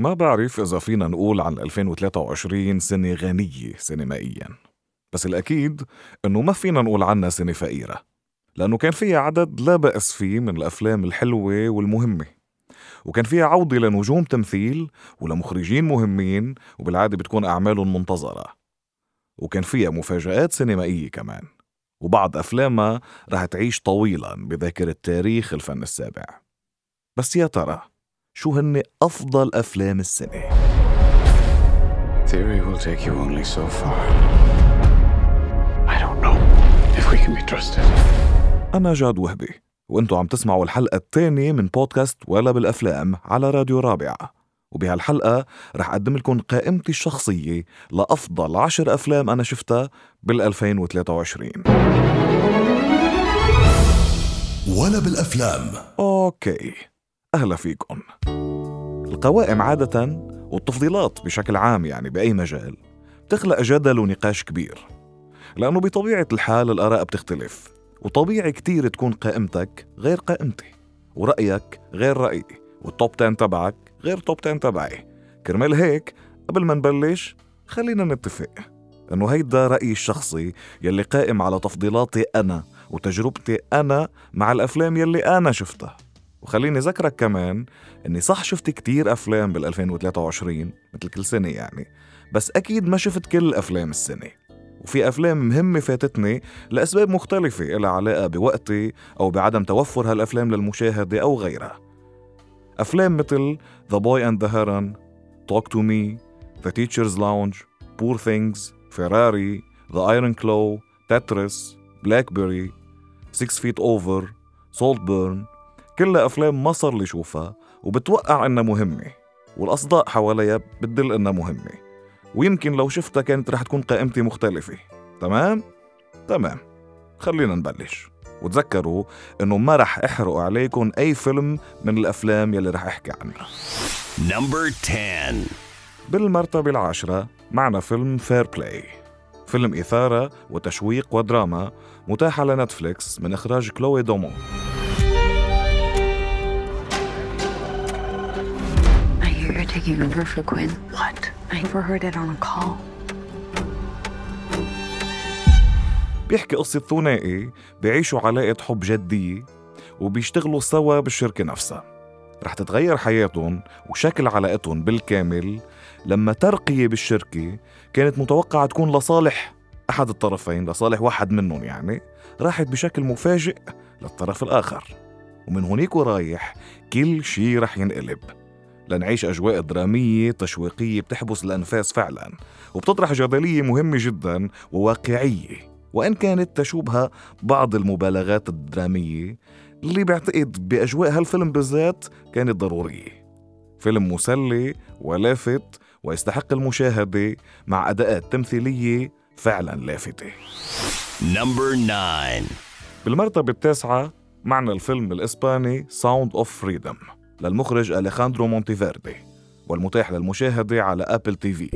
ما بعرف إذا فينا نقول عن 2023 سنة غنية سينمائياً، بس الأكيد إنه ما فينا نقول عنها سنة فقيرة، لأنه كان فيها عدد لا بأس فيه من الأفلام الحلوة والمهمة، وكان فيها عودة لنجوم تمثيل ولمخرجين مهمين وبالعادة بتكون أعمالهم منتظرة، وكان فيها مفاجآت سينمائية كمان، وبعض أفلامها رح تعيش طويلاً بذاكرة تاريخ الفن السابع. بس يا ترى شو هن أفضل أفلام السنة؟ Theory will take you only so far. I don't know if we can be trusted. أنا جاد وهبي، وأنتوا عم تسمعوا الحلقة الثانية من بودكاست ولا بالأفلام على راديو رابعة. وبهالحلقة رح أقدم لكم قائمتي الشخصية لأفضل 10 أفلام أنا شفتها بال2023. ولا بالأفلام. أوكي، أهلا فيكم. القوائم عادة والتفضيلات بشكل عام يعني بأي مجال بتخلق جدل ونقاش كبير، لأنه بطبيعة الحال الآراء بتختلف، وطبيعي كتير تكون قائمتك غير قائمتي، ورأيك غير رأيي، والتوب 10 تبعك غير توب 10 تبعي. كرمال هيك قبل ما نبلش خلينا نتفق إنه هيدا رأيي الشخصي يلي قائم على تفضيلاتي أنا وتجربتي أنا مع الأفلام يلي أنا شفتها. وخليني ذكرك كمان إني صح شفت كتير أفلام بال2023 مثل كل سنة يعني، بس أكيد ما شفت كل أفلام السنة، وفي أفلام مهمة فاتتني لأسباب مختلفة إلها علاقة بوقتي أو بعدم توفر هالأفلام للمشاهدة أو غيرها. أفلام مثل The Boy and the Heron, Talk to Me, The Teacher's Lounge, Poor Things, Ferrari, The Iron Claw, Tetris, Blackberry, 6 Feet Over, Saltburn، كلها أفلام ما صار لي شوفها وبتوقع إنها مهمة، والأصداء حواليها بتدل إنها مهمة، ويمكن لو شفتها كانت رح تكون قائمتي مختلفة. تمام؟ خلينا نبلش، وتذكروا إنه ما رح أحرق عليكم أي فيلم من الأفلام يلي رح أحكي عنها. Number 10. بالمرتبة 10 معنا فيلم فير بلاي، فيلم إثارة وتشويق ودراما متاح على نتفليكس من إخراج كلوي دومون. You're taking over for Quinn. What? I overheard it on a call. بيحكي قصة ثنائي بيعيشوا علاقة حب جدية وبيشتغلوا سوا بالشركة نفسها. رح تتغير حياتهم وشكل علاقتهم بالكامل لما ترقية بالشركة كانت متوقعة تكون لصالح أحد الطرفين، لصالح واحد منهم يعني، راحت بشكل مفاجئ للطرف الآخر. ومن هونيك ورايح كل شي رح ينقلب لنعيش أجواء درامية تشويقية بتحبس الأنفاس فعلا، وبتطرح جدلية مهمة جدا وواقعية، وإن كانت تشوبها بعض المبالغات الدرامية اللي بعتقد بأجواء هالفيلم بالذات كانت ضرورية. فيلم مسلي ولافت ويستحق المشاهدة مع أداءات تمثيلية فعلا لافتة. Number 9. بالمرتبة 9 معنا الفيلم الإسباني Sound of Freedom للمخرج أليخاندرو مونتيفيردي، والمتاح للمشاهدة على أبل تي في.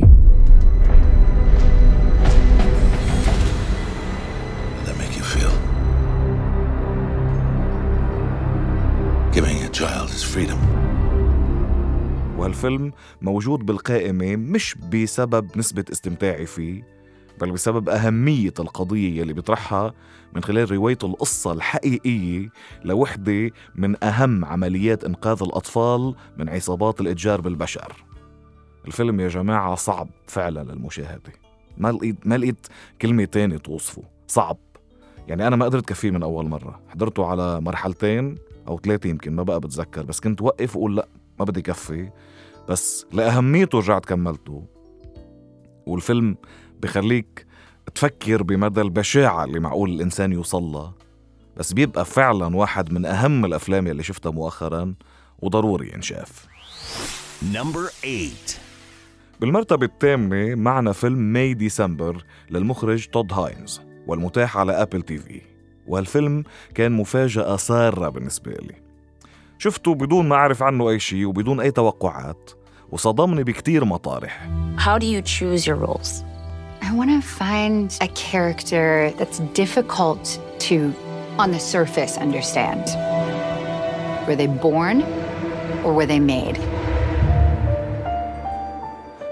That make you feel? Giving a child his freedom. وهالفيلم موجود بالقائمة مش بسبب نسبة استمتاعي فيه، بل بسبب أهمية القضية اللي بيطرحها من خلال رواية القصة الحقيقية لوحدة من أهم عمليات إنقاذ الأطفال من عصابات الإتجار بالبشر. الفيلم يا جماعة صعب فعلا للمشاهدة، ما لقيت كلمة تانية توصفه، صعب يعني. أنا ما قدرت كفيه من أول مرة، حضرته على مرحلتين أو 3 يمكن، ما بقى بتذكر، بس كنت وقف وقول لأ ما بدي كفي، بس لأهميته رجعت كملته. والفيلم بخليك تفكر بمدى البشاعة اللي معقول الإنسان يوصلها، بس بيبقى فعلا واحد من أهم الأفلام اللي شفتها مؤخرا وضروري ينشاف. Number 8. بالمرتبة 8 معنا فيلم ماي ديسمبر للمخرج تود هاينز، والمتاح على أبل تي في. والفيلم كان مفاجأة سارة بالنسبة لي، شفته بدون ما أعرف عنه أي شيء وبدون أي توقعات، وصدمني بكتير مطارح. How do you choose your roles? I want to find a character that's difficult to, on the surface, understand. Were they born or were they made?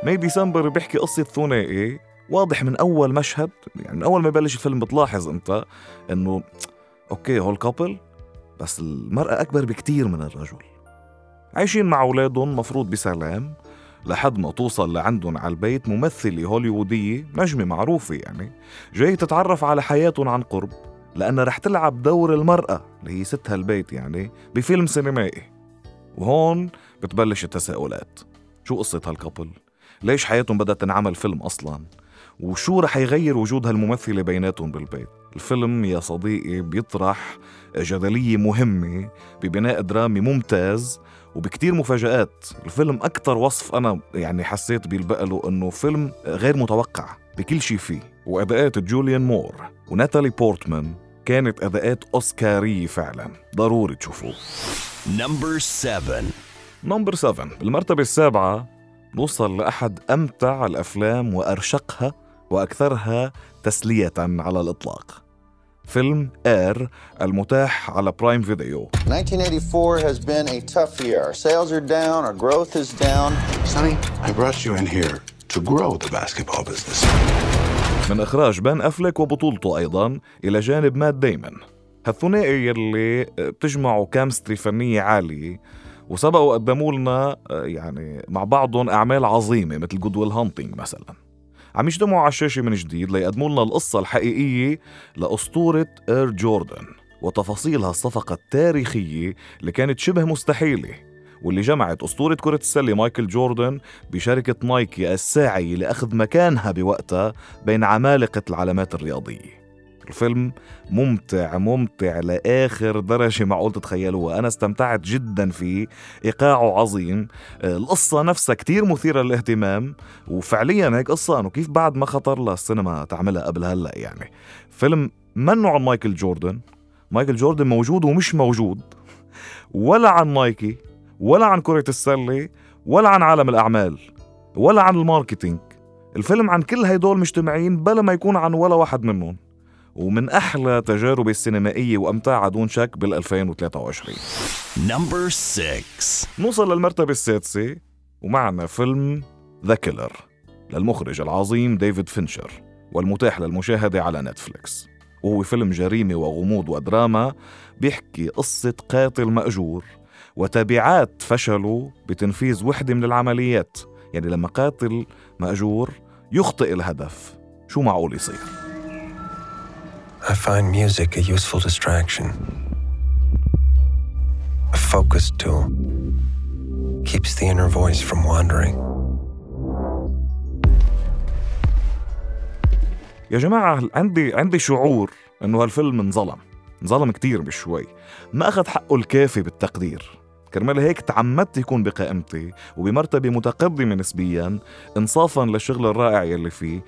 ماي ديسمبر بيحكي قصة ثنائي واضح من أول مشهد، يعني من أول ما يبلش الفيلم بتلاحظ أنت إنه أوكي هول كابل، بس المرأة أكبر بكتير من الرجل. عايشين مع أولادهم مفروض بسلام لحد ما توصل لعندهم على البيت ممثلة هوليوودية نجمة معروفة، يعني جاي تتعرف على حياتهم عن قرب لأنها رح تلعب دور المرأة اللي هي ست هالبيت يعني بفيلم سينمائي. وهون بتبلش التساؤلات، شو قصة هالكابل؟ ليش حياتهم بدأت تنعمل فيلم أصلاً؟ وشو رح يغير وجود هالممثلة بيناتهم بالبيت؟ الفيلم يا صديقي بيطرح جدلية مهمة ببناء درامي ممتاز وبكتير مفاجآت. الفيلم أكتر وصف أنا يعني حسيت بيلبق له إنه فيلم غير متوقع بكل شي فيه. وأداءات جوليان مور وناتالي بورتمان كانت أداءات أوسكارية فعلا، ضروري تشوفوه. نمبر 7 بالمرتبة السابعة نوصل لأحد أمتع الأفلام وأرشقها وأكثرها تسلية على الإطلاق، فيلم إير المتاح على برايم فيديو. 1984 has been a tough year. Our sales are down, our growth is down. Sonny, I brought you in here to grow the basketball business. من إخراج بن أفليك وبطولته أيضاً إلى جانب مات دايمون، هالثنائي اللي بتجمعوا كامستري فنية عالية، وسبقوا قدموا لنا يعني مع بعضهم أعمال عظيمة مثل جود ويل هانتينج مثلاً. عم يجتمعوا على الشاشة من جديد ليقدموا لنا القصة الحقيقية لأسطورة إير جوردن وتفاصيل هالصفقة التاريخية اللي كانت شبه مستحيلة، واللي جمعت أسطورة كرة السلة مايكل جوردن بشركة نايكي الساعية لأخذ مكانها بوقتها بين عمالقة العلامات الرياضية. الفيلم ممتع لآخر درجة معقول تتخيلوها. أنا استمتعت جدا فيه، إيقاعه عظيم، القصة نفسها كتير مثيرة للاهتمام، وفعليا هيك قصة أنه كيف بعد ما خطر لها السينما تعملها قبل هلأ. يعني فيلم منه عن مايكل جوردن موجود ومش موجود، ولا عن نايكي ولا عن كرة السلة ولا عن عالم الأعمال ولا عن الماركتينج. الفيلم عن كل هيدول مجتمعين بلا ما يكون عن ولا واحد منهم، ومن أحلى تجارب السينمائية وأمتعها دون شك بال2023. Number 6 نوصل للمرتبة السادسة ومعنا فيلم ذا كيلر للمخرج العظيم ديفيد فينشر، والمتاح للمشاهدة على نتفليكس. وهو فيلم جريمة وغموض ودراما بيحكي قصة قاتل مأجور وتبعات فشله بتنفيذ وحدة من العمليات. يعني لما قاتل مأجور يخطئ الهدف شو معقول يصير؟ I find music a useful distraction, a focus tool, keeps the inner voice from wandering. يا جماعة عندي شعور إنه هالفيلم انظلم كتير بشوي، ما أخذ حقه الكافي بالتقدير. كرمال هيك تعمدت يكون بقائمتي وبمرتبة متقدمة نسبياً إنصافاً للشغل الرائع يلي فيه،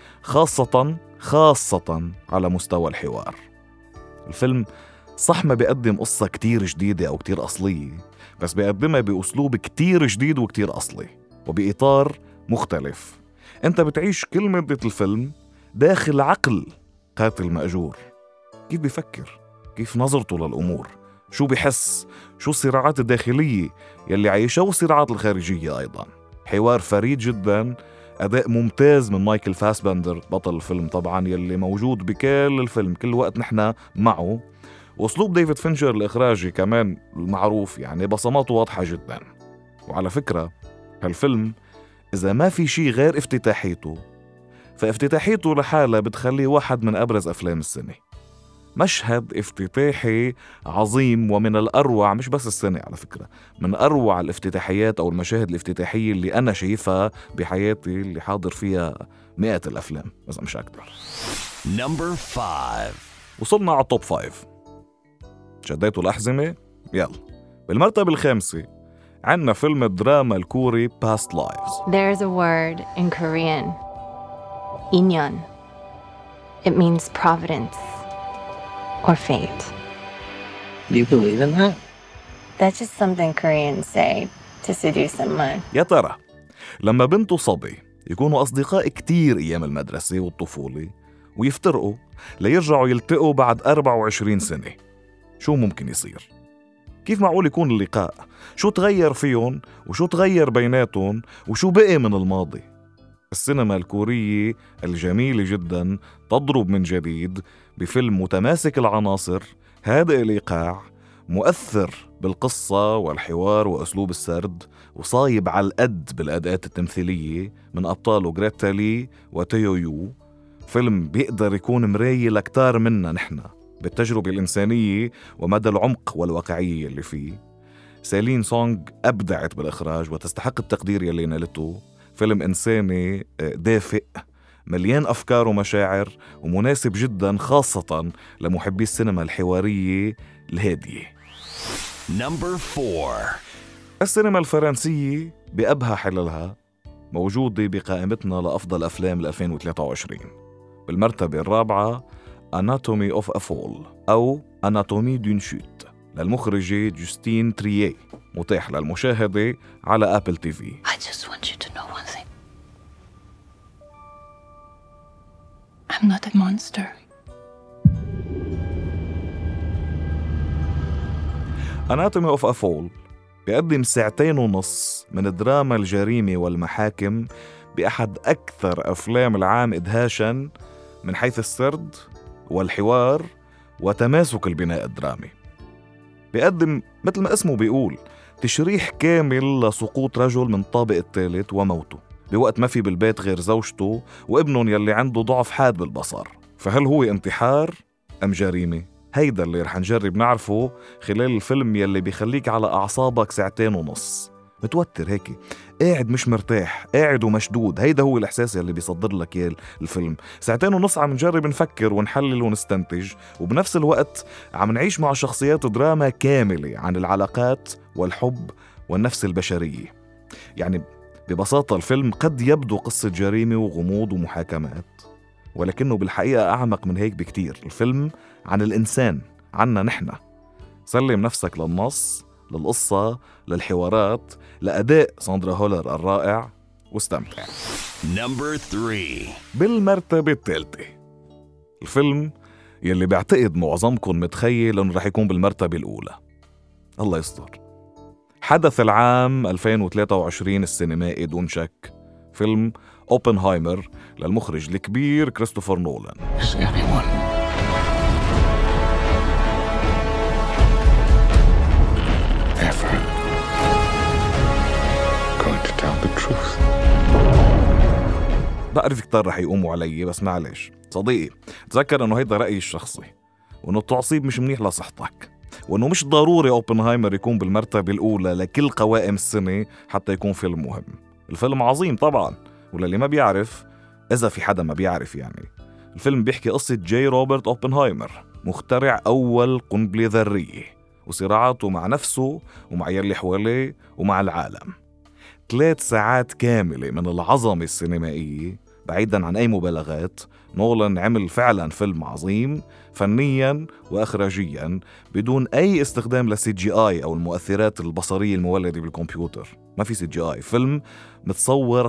خاصة على مستوى الحوار. الفيلم صح ما بيقدم قصة كتير جديدة أو كتير أصلية، بس بيقدمها بأسلوب كتير جديد وكتير أصلي وبإطار مختلف. أنت بتعيش كل مدة الفيلم داخل عقل قاتل مأجور، كيف بيفكر، كيف نظرته للأمور، شو بيحس، شو الصراعات الداخلية يلي عايشها والصراعات الخارجية أيضاً. حوار فريد جداً، أداء ممتاز من مايكل فاسبندر بطل الفيلم طبعاً يلي موجود بكل الفيلم، كل وقت نحن معه. وأسلوب ديفيد فينشر الإخراجي كمان المعروف، يعني بصماته واضحة جداً. وعلى فكرة هالفيلم إذا ما في شي غير افتتاحيته، فافتتاحيته لحالة بتخليه واحد من أبرز أفلام السنة. مشهد افتتاحي عظيم ومن الأروع، مش بس السنة على فكرة، من أروع الافتتاحيات أو المشاهد الافتتاحية اللي أنا شايفها بحياتي، اللي حاضر فيها مئات الأفلام بس مش أكتر. Number 5 وصلنا على التوب 5. شديتوا الأحزمة؟ يلا. بالمرتبة الخامسة عنا فيلم الدراما الكوري Past Lives. There's a word in Korean, 인연. It means providence or fate. Do you believe in that? That's just something Koreans say to seduce someone. يا ترى لما بنت وصبي يكونوا أصدقاء كتير أيام المدرسة والطفولة ويفترقوا ليرجعوا يلتقوا بعد 24 سنة، شو ممكن يصير؟ كيف معقول يكون اللقاء؟ شو تغير فيهم وشو تغير بيناتهم وشو بقي من الماضي؟ السينما الكورية الجميلة جدا تضرب من جديد بفيلم متماسك العناصر، هادئ الإيقاع، مؤثر بالقصة والحوار وأسلوب السرد، وصايب على القد بالأداءات التمثيلية من أبطاله غريتا لي وتيو يو. فيلم بيقدر يكون مراية لكتار منا نحن بالتجربة الإنسانية ومدى العمق والواقعية اللي فيه. سيلين سونغ أبدعت بالإخراج وتستحق التقدير يلي نالته. فيلم إنساني دافئ مليان أفكار ومشاعر ومناسب جدا خاصة لمحبي السينما الحوارية الهادية. Number 4. السينما الفرنسية بأبهى حللها موجودة بقائمتنا لأفضل أفلام 2023. بالمرتبة الرابعة Anatomy of a Fall أو Anatomie d'une chute للمخرجة جوستين ترييه، متاح للمشاهدة على أبل تي في. I just want you to know one thing. I'm not a monster. Anatomy of a Fall بيقدم 2.5 ساعات من الدراما الجريمة والمحاكم بأحد أكثر أفلام العام إدهاشاً من حيث السرد والحوار وتماسك البناء الدرامي. بيقدم مثل ما اسمه بيقول تشريح كامل لسقوط رجل من الطابق الثالث وموته بوقت ما في بالبيت غير زوجته وابنهم يلي عنده ضعف حاد بالبصر. فهل هو انتحار أم جريمة؟ هيدا اللي رح نجرب نعرفه خلال الفيلم يلي بيخليك على أعصابك 2.5 ساعات متوتر هيك، قاعد مش مرتاح، قاعد ومشدود. هيدا هو الإحساس يلي بيصدر لك إياه الفيلم. 2.5 ساعات عم نجرب نفكر ونحلل ونستنتج، وبنفس الوقت عم نعيش مع شخصيات دراما كاملة عن العلاقات والحب والنفس البشرية. يعني ببساطة الفيلم قد يبدو قصة جريمة وغموض ومحاكمات، ولكنه بالحقيقة أعمق من هيك بكتير. الفيلم عن الإنسان، عنا نحن. سلم نفسك للنص، للقصة، للحوارات، لأداء ساندرا هولر الرائع، واستمتع. Number 3. بالمرتبة الثالثة الفيلم يلي بعتقد معظمكم متخيل أنه رح يكون بالمرتبة الأولى، الله يستر. حدث العام 2023 السينمائي دون شك، فيلم أوبنهايمر للمخرج الكبير كريستوفر نولان. Is anyone ever going to tell the truth? بعرف كتار رح يقوموا علي، بس معلش صديقي، تذكر أنه هيدا رأيي الشخصي، وأنه التعصيب مش منيح لصحتك، وأنه مش ضروري أوبنهايمر يكون بالمرتبة الأولى لكل قوائم السنة حتى يكون فيلم مهم. الفيلم عظيم طبعاً، وللي ما بيعرف، إذا في حدا ما بيعرف يعني، الفيلم بيحكي قصة جي روبرت أوبنهايمر، مخترع أول قنبلة ذرية، وصراعاته مع نفسه ومع يلي حواليه ومع العالم. 3 ساعات كاملة من العظمة السينمائية. بعيداً عن أي مبالغات، نولان عمل فعلاً فيلم عظيم فنياً وإخراجياً بدون أي استخدام للسي جي آي أو المؤثرات البصرية المولدة بالكمبيوتر. ما في سي جي آي، فيلم متصور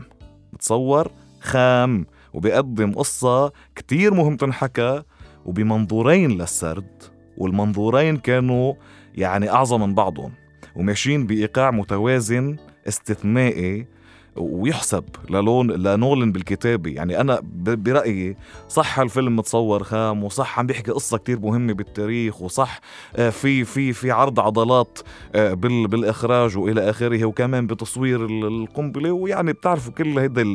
خام وبيقدم قصة كتير مهم تنحكى وبمنظورين للسرد، والمنظورين كانوا يعني أعظم من بعضهم وماشيين بإيقاع متوازن استثنائي ويحسب لنولان بالكتابة. يعني أنا برأيي صح الفيلم متصور خام، وصح عم بيحكي قصة كتير مهمة بالتاريخ، وصح في عرض عضلات بالإخراج وإلى آخره، وكمان بتصوير القنبلة. ويعني بتعرفوا كل هيدا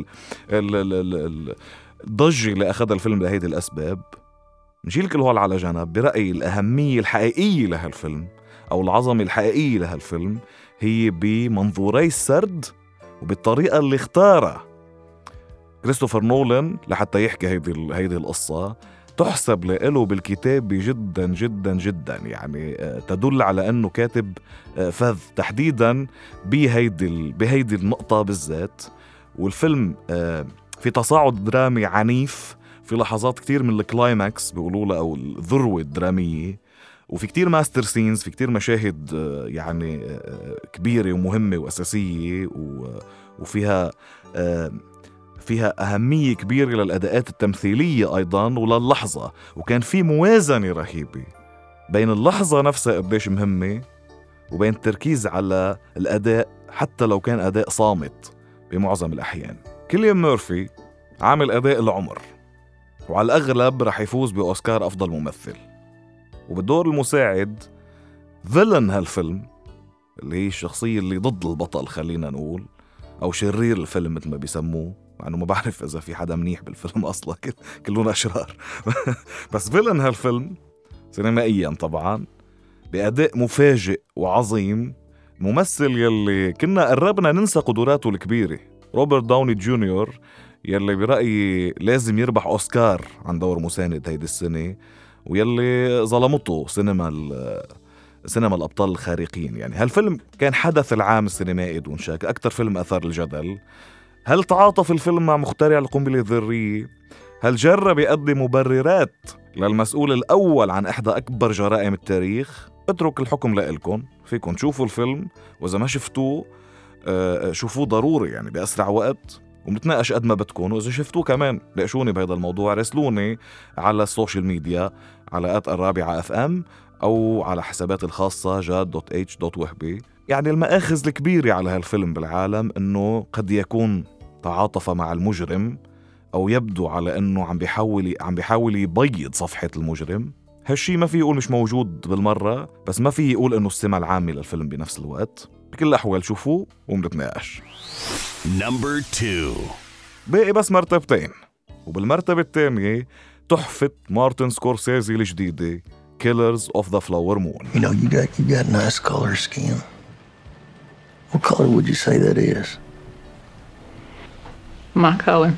الضجة اللي أخذها الفيلم لهيدي الأسباب. نشيل كل هول على جنب. برأيي الأهمية الحقيقية لهالفيلم أو العظمة الحقيقية لهالفيلم هي بمنظوري السرد وبالطريقة اللي اختارها كريستوفر نولان لحتى يحكي هيدي القصة. تحسب له بالكتابة جدا جدا جدا، يعني تدل على أنه كاتب فذ تحديدا بهيدي النقطة بالذات. والفيلم في تصاعد درامي عنيف في لحظات كتير من الكلايماكس بيقولوا له أو الذروة الدرامية، وفي كتير ماستر سينز، في كتير مشاهد يعني كبيرة ومهمة وأساسية، وفيها أهمية كبيرة للأداءات التمثيلية أيضاً وللحظة. وكان في موازنة رهيبة بين اللحظة نفسها قديش مهمة وبين التركيز على الأداء، حتى لو كان أداء صامت بمعظم الأحيان. كيليان ميرفي عامل أداء العمر، وعلى الأغلب رح يفوز بأوسكار أفضل ممثل. وبالدور المساعد فيلن هالفيلم، اللي هي الشخصية اللي ضد البطل خلينا نقول، أو شرير الفيلم مثل ما بيسموه، مع أنه ما بعرف إذا في حدا منيح بالفيلم أصلا، كلنا أشرار. بس فيلن هالفيلم سينمائيا طبعا بأداء مفاجئ وعظيم، ممثل يلي كنا قربنا ننسى قدراته الكبيرة، روبرت داوني جونيور، يلي برأيي لازم يربح أوسكار عن دور مساند هيدي السنة، ويلي ظلمته سينما الأبطال الخارقين. يعني هالفيلم كان حدث العام السينمائي دون شك، أكتر فيلم أثار الجدل. هل تعاطف الفيلم مع مخترع القنبلة الذرية؟ هل جرب يقدم مبررات للمسؤول الأول عن إحدى أكبر جرائم التاريخ؟ اترك الحكم لإلكم، فيكم تشوفوا الفيلم، وإذا ما شفتوه شوفوه ضروري يعني بأسرع وقت، ومتناقش قد ما بدكم. وإذا شفتوه كمان ناقشوني بهذا الموضوع، راسلوني على السوشيال ميديا على @الرابعة FM أو على حساباتي الخاصة jad.h.wahbi. يعني المآخذ الكبيرة على هالفيلم بالعالم إنه قد يكون تعاطف مع المجرم، أو يبدو على إنه عم بيحاول يبيض صفحة المجرم. هالشي ما في يقول مش موجود بالمرة، بس ما في يقول إنه السمة العامة للفيلم بنفس الوقت. بكل الأحوال شوفوه ومنتناقش. Number 2. باقي بس مرتبتين، وبالمرتبة الثانية تحفة مارتن سكورسيزي الجديدة Killers of the Flower Moon. You know, you got nice color scheme. What color would you say that is? My color.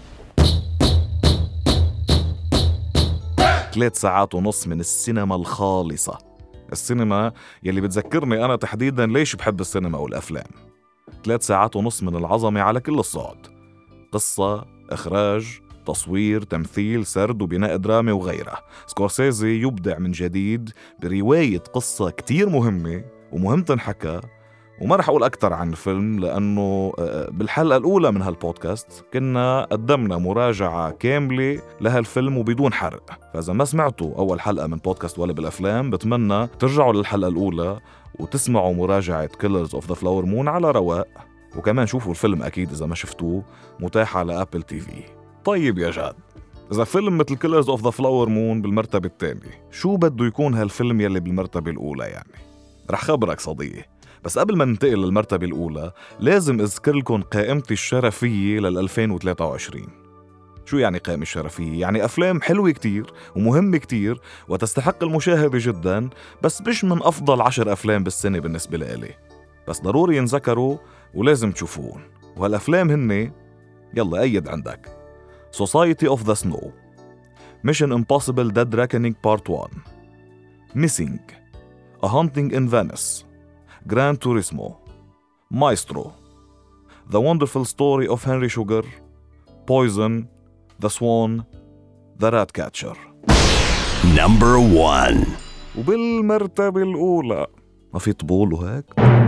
3 ساعات ونص من السينما الخالصة، السينما يلي بتذكرني أنا تحديداً ليش بحب السينما والأفلام. 3 ساعات ونص من العظمة على كل الصعد، قصة، إخراج، تصوير، تمثيل، سرد وبناء درامي وغيره. سكورسيزي يبدع من جديد برواية قصة كتير مهمة ومهم تنحكى. وما رح أقول أكتر عن الفيلم، لأنه بالحلقة الأولى من هالبودكاست كنا قدمنا مراجعة كاملة لهالفيلم وبدون حرق. فإذا ما سمعتوا أول حلقة من بودكاست ولا بالأفلام، بتمنى ترجعوا للحلقة الأولى وتسمعوا مراجعة Killers of the Flower Moon على رواق. وكمان شوفوا الفيلم أكيد إذا ما شفتوه، متاح على أبل TV. طيب يا جاد، إذا فيلم مثل Killers of the Flower Moon بالمرتبة الثانية، شو بده يكون هالفيلم يلي بالمرتبة الأولى؟ يعني رح خبرك صديقي، بس قبل ما ننتقل للمرتبة الأولى لازم أذكر لكم قائمتي الشرفية لل2023. شو يعني قائمة الشرفية؟ يعني أفلام حلوة كتير ومهمة كتير وتستحق المشاهدة جدا، بس مش من أفضل 10 أفلام بالسنة بالنسبة لإلي، بس ضروري ينذكروا ولازم تشوفوهم. وهالأفلام هن، يلا أيد عندك: Society of the Snow, Mission Impossible Dead Reckoning Part 1, Missing, A Haunting in Venice, Gran Turismo, Maestro, The Wonderful Story of Henry Sugar, Poison, The Swan, The Ratcatcher. Number 1. وبالمرتبة الأولى، ما في طبول وهيك.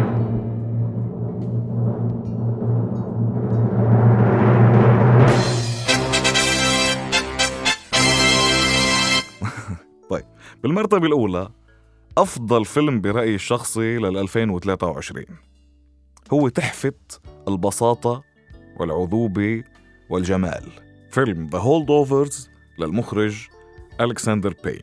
طيب، بالمرتبة الأولى أفضل فيلم برأيي الشخصي لل2023 هو تحفة البساطة والعذوبة والجمال، فيلم The Holdovers للمخرج ألكسندر بين.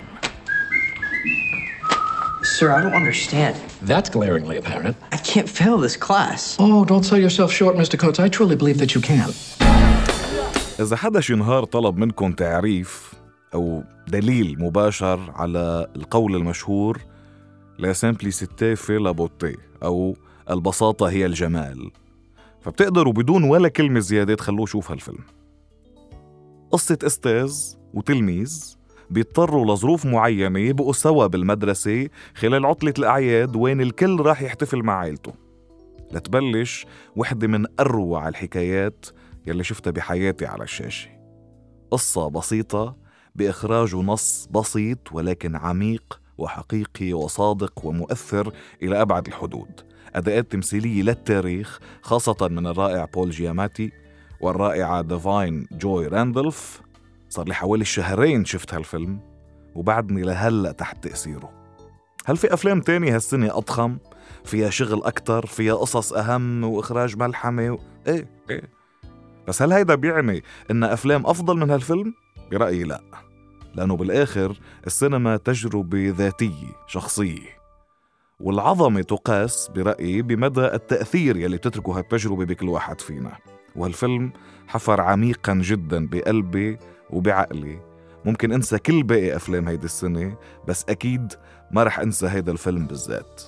Sir, I don't understand. That's glaringly apparent. I can't fail this class. Oh, don't sell yourself short, Mr. Coates. I truly believe that you can. إذا حدا شي نهار طلب منكم تعريف أو دليل مباشر على القول المشهور لا simplicité fait la beauté، أو البساطة هي الجمال، فبتقدروا بدون ولا كلمة زيادة تخلوه شوف هالفيلم. قصة أستاذ وتلميذ بيضطروا لظروف معينة يبقوا سوا بالمدرسة خلال عطلة الأعياد، وين الكل راح يحتفل مع عائلته، لتبلش وحدة من أروع الحكايات يلي شفتها بحياتي على الشاشة. قصة بسيطة بإخراج ونص بسيط ولكن عميق وحقيقي وصادق ومؤثر إلى أبعد الحدود. أداءات تمثيلية للتاريخ، خاصة من الرائع بول جياماتي والرائعة ديفاين جوي راندولف. صار لي حوالي 2 شهرين شفت هالفيلم وبعدني لهلأ تحت تأثيره. هل في أفلام تانية هالسنة أضخم، فيها شغل أكتر، فيها قصص أهم وإخراج ملحمة إيه بس هل هيدا بيعني إن أفلام أفضل من هالفيلم؟ برأيي لا، لأنه بالآخر السينما تجربة ذاتية شخصية، والعظمة تقاس برأيي بمدى التأثير يلي بتتركه هالتجربة بكل واحد فينا. وهالفيلم حفر عميقا جدا بقلبي وبعقلي. ممكن انسى كل باقي أفلام هيدي السنة، بس أكيد ما رح انسى هيدا الفيلم بالذات.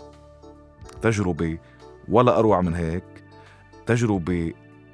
تجربة ولا أروع من هيك، تجربة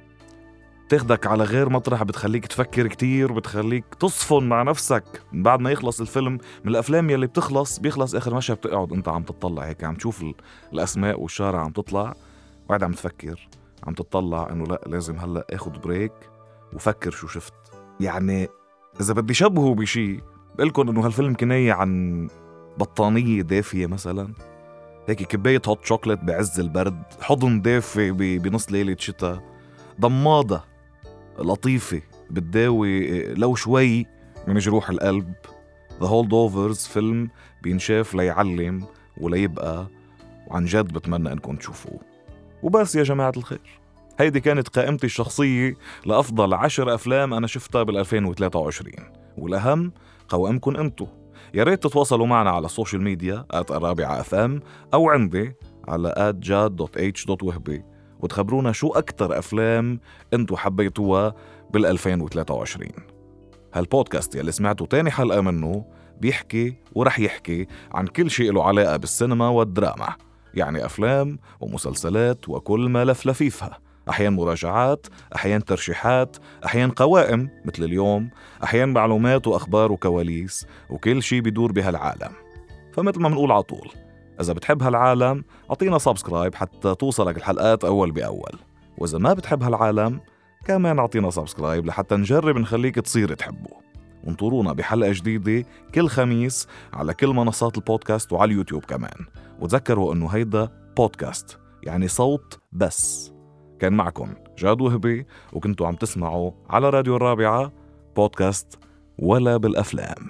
تاخدك على غير مطرح، بتخليك تفكر كتير، بتخليك تصفن مع نفسك بعد ما يخلص الفيلم. من الأفلام يلي بيخلص آخر مشهد بتقعد أنت عم تطلع هيك، عم تشوف الأسماء والشارع عم تطلع، وقاعد عم تفكر، عم تطلع إنه لا لازم هلأ أخد بريك وفكر شو شفت. يعني إذا بدي شبهه بشي بقلكن إنه هالفيلم كناية عن بطانية دافية مثلا، هيك كباية هوت شوكولات بعز البرد، حضن دافي بنص ليلة شتاء، ضمادة لطيفة بتداوي لو شوي من جروح القلب. The Holdovers فيلم بينشاف ليعلم وليبقى، وعن جد بتمنى انكم تشوفوه. وبس يا جماعة الخير، هيدي كانت قائمتي الشخصية لأفضل 10 أفلام أنا شفتها بال2023، والأهم قوائمكم أنتو. يا ريت تتواصلوا معنا على السوشيال ميديا @الرابعة FM أو عندي على @jad.h.wahbi وتخبرونا شو أكتر أفلام أنتو حبيتوها بال2023. هالبودكاست يلي سمعتوا تاني حلقة منه بيحكي ورح يحكي عن كل شيء له علاقة بالسينما والدراما، يعني أفلام ومسلسلات وكل ما لفلفيفها، أحيان مراجعات، أحيان ترشيحات، أحيان قوائم مثل اليوم، أحيان معلومات وأخبار وكواليس، وكل شيء بيدور بهالعالم. فمثل ما منقول عطول، إذا بتحب هالعالم أعطينا سبسكرايب حتى توصلك الحلقات أول بأول، وإذا ما بتحب هالعالم كمان أعطينا سبسكرايب لحتى نجرب نخليك تصير تحبه. وانطرونا بحلقة جديدة كل خميس على كل منصات البودكاست وعلى اليوتيوب كمان. وتذكروا أنه هيدا بودكاست يعني صوت بس. كان معكم جاد وهبي، وكنتوا عم تسمعوا على راديو الرابعة بودكاست ولا بالأفلام.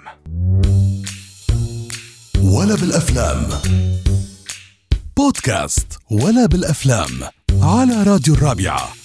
ولا بالأفلام، بودكاست ولا بالأفلام على راديو الرابعة.